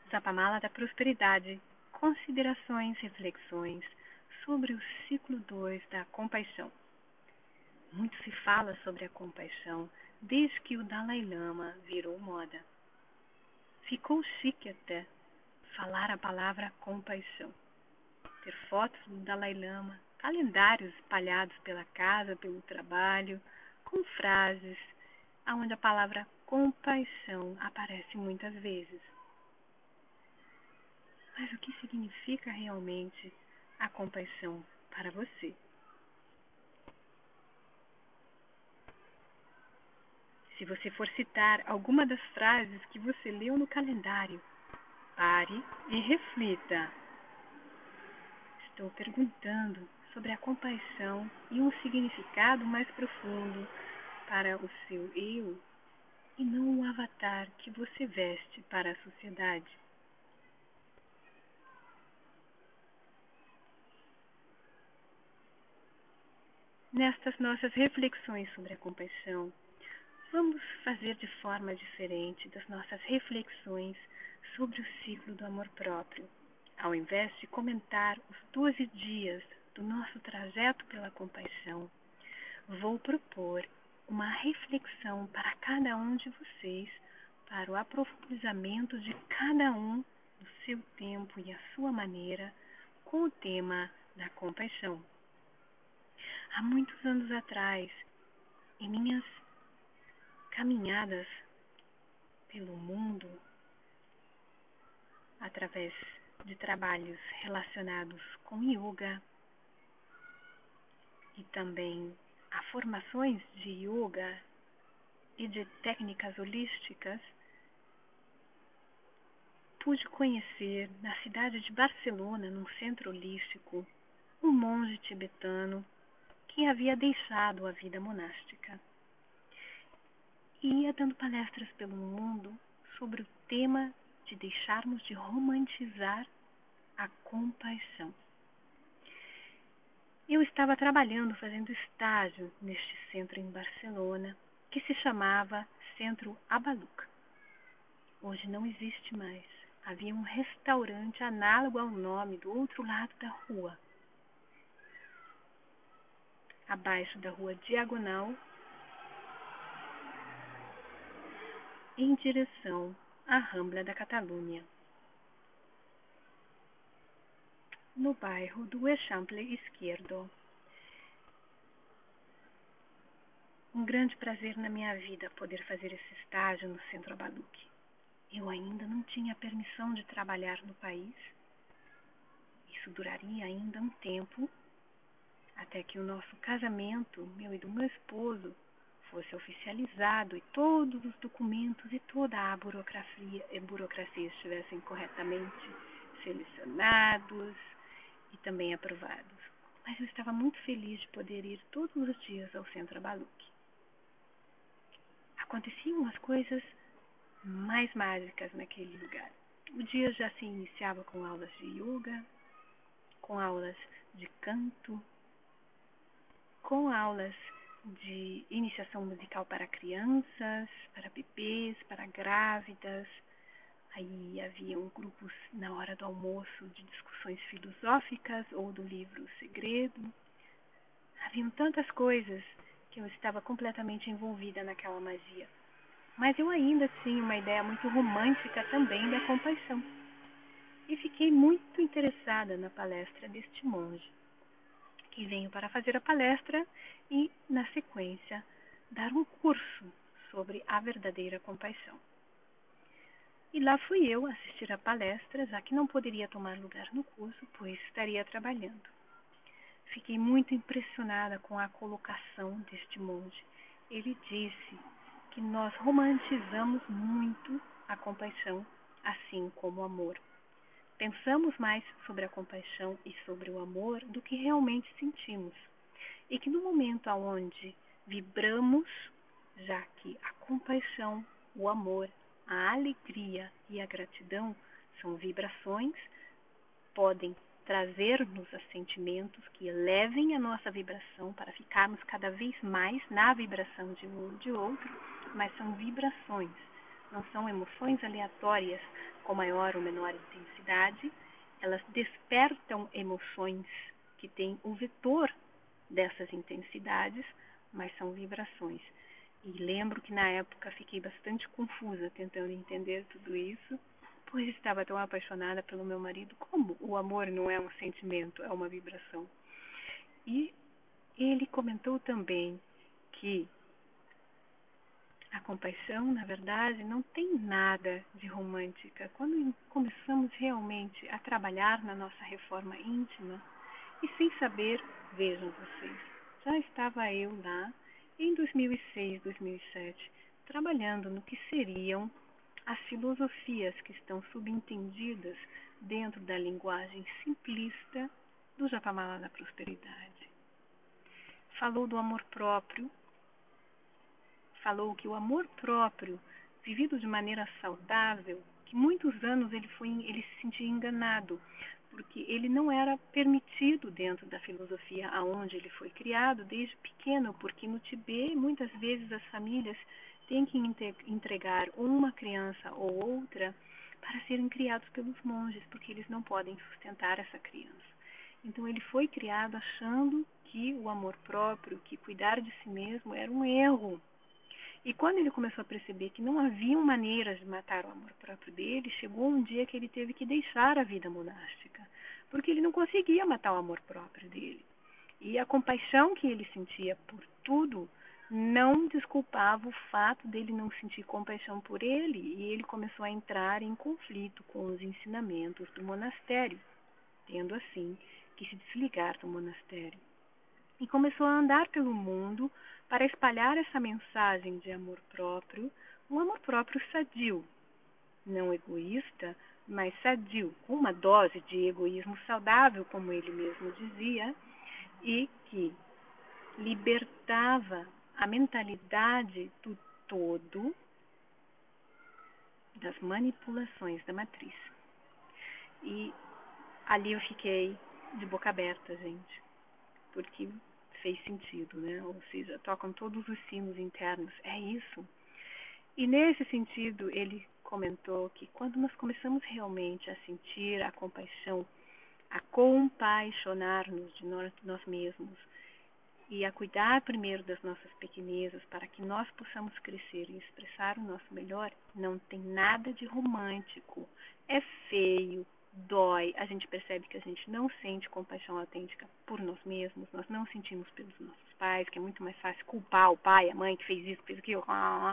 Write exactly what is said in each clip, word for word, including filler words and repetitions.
Zapamala da Prosperidade, considerações, reflexões sobre o ciclo dois da compaixão. Muito se fala sobre a compaixão desde que o Dalai Lama virou moda. Ficou chique até falar a palavra compaixão. Ter fotos do Dalai Lama, calendários espalhados pela casa, pelo trabalho, com frases onde a palavra compaixão aparece muitas vezes. Mas o que significa realmente a compaixão para você? Se você for citar alguma das frases que você leu no calendário, pare e reflita. Estou perguntando sobre a compaixão e um significado mais profundo para o seu eu e não o avatar que você veste para a sociedade. Nestas nossas reflexões sobre a compaixão, vamos fazer de forma diferente das nossas reflexões sobre o ciclo do amor próprio. Ao invés de comentar os doze dias do nosso trajeto pela compaixão, vou propor uma reflexão para cada um de vocês, para o aprofundamento de cada um do seu tempo e a sua maneira, com o tema da compaixão. Há muitos anos atrás, em minhas caminhadas pelo mundo, através de trabalhos relacionados com yoga e também a formações de yoga e de técnicas holísticas, pude conhecer na cidade de Barcelona, num centro holístico, um monge tibetano que havia deixado a vida monástica. E ia dando palestras pelo mundo sobre o tema de deixarmos de romantizar a compaixão. Eu estava trabalhando, fazendo estágio neste centro em Barcelona, que se chamava Centro Abaluc. Hoje não existe mais. Havia um restaurante análogo ao nome do outro lado da rua. Abaixo da rua Diagonal, em direção à Rambla da Catalunha, no bairro do Eixample Esquerdo. Um grande prazer na minha vida poder fazer esse estágio no Centro Abaluc. Eu ainda não tinha permissão de trabalhar no país. Isso duraria ainda um tempo, até que o nosso casamento, meu e do meu esposo, fosse oficializado e todos os documentos e toda a burocracia, a burocracia estivessem corretamente selecionados e também aprovados. Mas eu estava muito feliz de poder ir todos os dias ao Centro Abaluc. Aconteciam as coisas mais mágicas naquele lugar. O dia já se iniciava com aulas de yoga, com aulas de canto, com aulas de iniciação musical para crianças, para bebês, para grávidas. Aí haviam grupos na hora do almoço de discussões filosóficas ou do livro O Segredo. Haviam tantas coisas que eu estava completamente envolvida naquela magia. Mas eu ainda tinha uma ideia muito romântica também da compaixão. E fiquei muito interessada na palestra deste monge, que veio para fazer a palestra e, na sequência, dar um curso sobre a verdadeira compaixão. E lá fui eu assistir a palestra, já que não poderia tomar lugar no curso, pois estaria trabalhando. Fiquei muito impressionada com a colocação deste monge. Ele disse que nós romantizamos muito a compaixão, assim como o amor. Pensamos mais sobre a compaixão e sobre o amor do que realmente sentimos. E que no momento onde vibramos, já que a compaixão, o amor, a alegria e a gratidão são vibrações, podem trazer-nos a sentimentos que elevem a nossa vibração para ficarmos cada vez mais na vibração de um ou de outro, mas são vibrações, não são emoções aleatórias com maior ou menor intensidade, elas despertam emoções que têm o vetor dessas intensidades, mas são vibrações. E lembro que na época fiquei bastante confusa tentando entender tudo isso, pois estava tão apaixonada pelo meu marido. Como o amor não é um sentimento, é uma vibração? E ele comentou também que a compaixão, na verdade, não tem nada de romântica. Quando começamos realmente a trabalhar na nossa reforma íntima, e sem saber, vejam vocês, já estava eu lá em dois mil e seis, dois mil e sete, trabalhando no que seriam as filosofias que estão subentendidas dentro da linguagem simplista do Japamala da Prosperidade. Falou do amor próprio, falou que o amor próprio, vivido de maneira saudável, que muitos anos ele, foi, ele se sentia enganado, porque ele não era permitido dentro da filosofia aonde ele foi criado desde pequeno, porque no Tibete muitas vezes as famílias têm que entregar uma criança ou outra para serem criados pelos monges, porque eles não podem sustentar essa criança. Então ele foi criado achando que o amor próprio, que cuidar de si mesmo era um erro. E quando ele começou a perceber que não haviam maneiras de matar o amor próprio dele, chegou um dia que ele teve que deixar a vida monástica, porque ele não conseguia matar o amor próprio dele. E a compaixão que ele sentia por tudo não desculpava o fato dele não sentir compaixão por ele, e ele começou a entrar em conflito com os ensinamentos do monastério, tendo assim que se desligar do monastério. E começou a andar pelo mundo para espalhar essa mensagem de amor próprio, um amor próprio sadio, não egoísta, mas sadio, com uma dose de egoísmo saudável, como ele mesmo dizia, e que libertava a mentalidade do todo das manipulações da matriz. E ali eu fiquei de boca aberta, gente, porque fez sentido, né? Ou seja, tocam todos os sinos internos. É isso. E nesse sentido, ele comentou que quando nós começamos realmente a sentir a compaixão, a compaixonar-nos de nós, nós mesmos e a cuidar primeiro das nossas pequenezas para que nós possamos crescer e expressar o nosso melhor, não tem nada de romântico. É feio, dói, a gente percebe que a gente não sente compaixão autêntica por nós mesmos, nós não sentimos pelos nossos pais, que é muito mais fácil culpar o pai, a mãe que fez isso, que fez aquilo,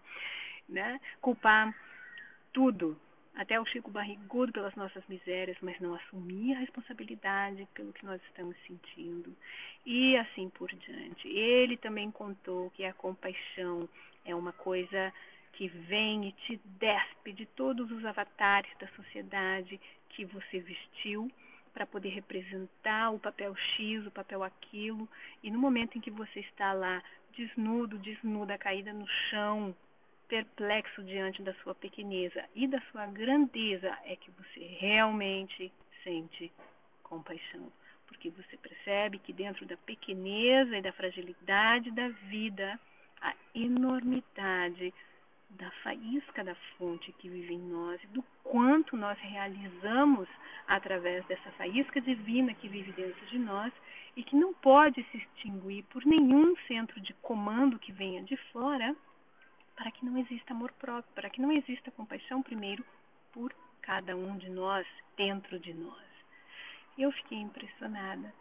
né? Culpar tudo, até o Chico barrigudo pelas nossas misérias, mas não assumir a responsabilidade pelo que nós estamos sentindo, e assim por diante. Ele também contou que a compaixão é uma coisa que vem e te despe de todos os avatares da sociedade que você vestiu para poder representar o papel X, o papel aquilo, e no momento em que você está lá desnudo, desnuda, caída no chão, perplexo diante da sua pequeneza e da sua grandeza, é que você realmente sente compaixão, porque você percebe que dentro da pequeneza e da fragilidade da vida, a enormidade da faísca da fonte que vive em nós, e do quanto nós realizamos através dessa faísca divina que vive dentro de nós e que não pode se extinguir por nenhum centro de comando que venha de fora, para que não exista amor próprio, para que não exista compaixão primeiro por cada um de nós, dentro de nós. Eu fiquei impressionada.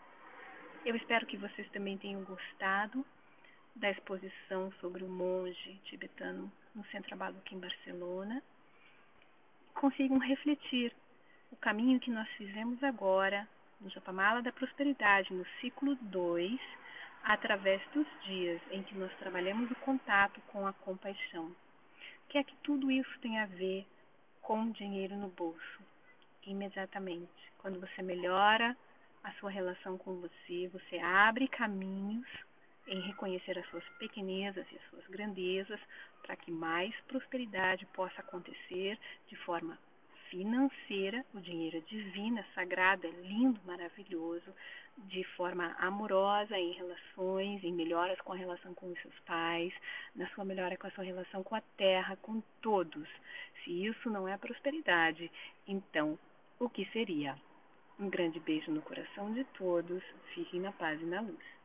Eu espero que vocês também tenham gostado da exposição sobre o monge tibetano no Centro Abaluque em Barcelona. Consigam refletir o caminho que nós fizemos agora no Japamala da Prosperidade, no ciclo dois, através dos dias em que nós trabalhamos o contato com a compaixão. O que é que tudo isso tem a ver com dinheiro no bolso? Imediatamente, quando você melhora a sua relação com você, você abre caminhos em reconhecer as suas pequenezas e as suas grandezas para que mais prosperidade possa acontecer de forma financeira, o dinheiro é divino, é sagrado, é lindo, maravilhoso, de forma amorosa em relações, em melhoras com a relação com os seus pais, na sua melhora com a sua relação com a terra, com todos. Se isso não é prosperidade, então o que seria? Um grande beijo no coração de todos, fiquem na paz e na luz.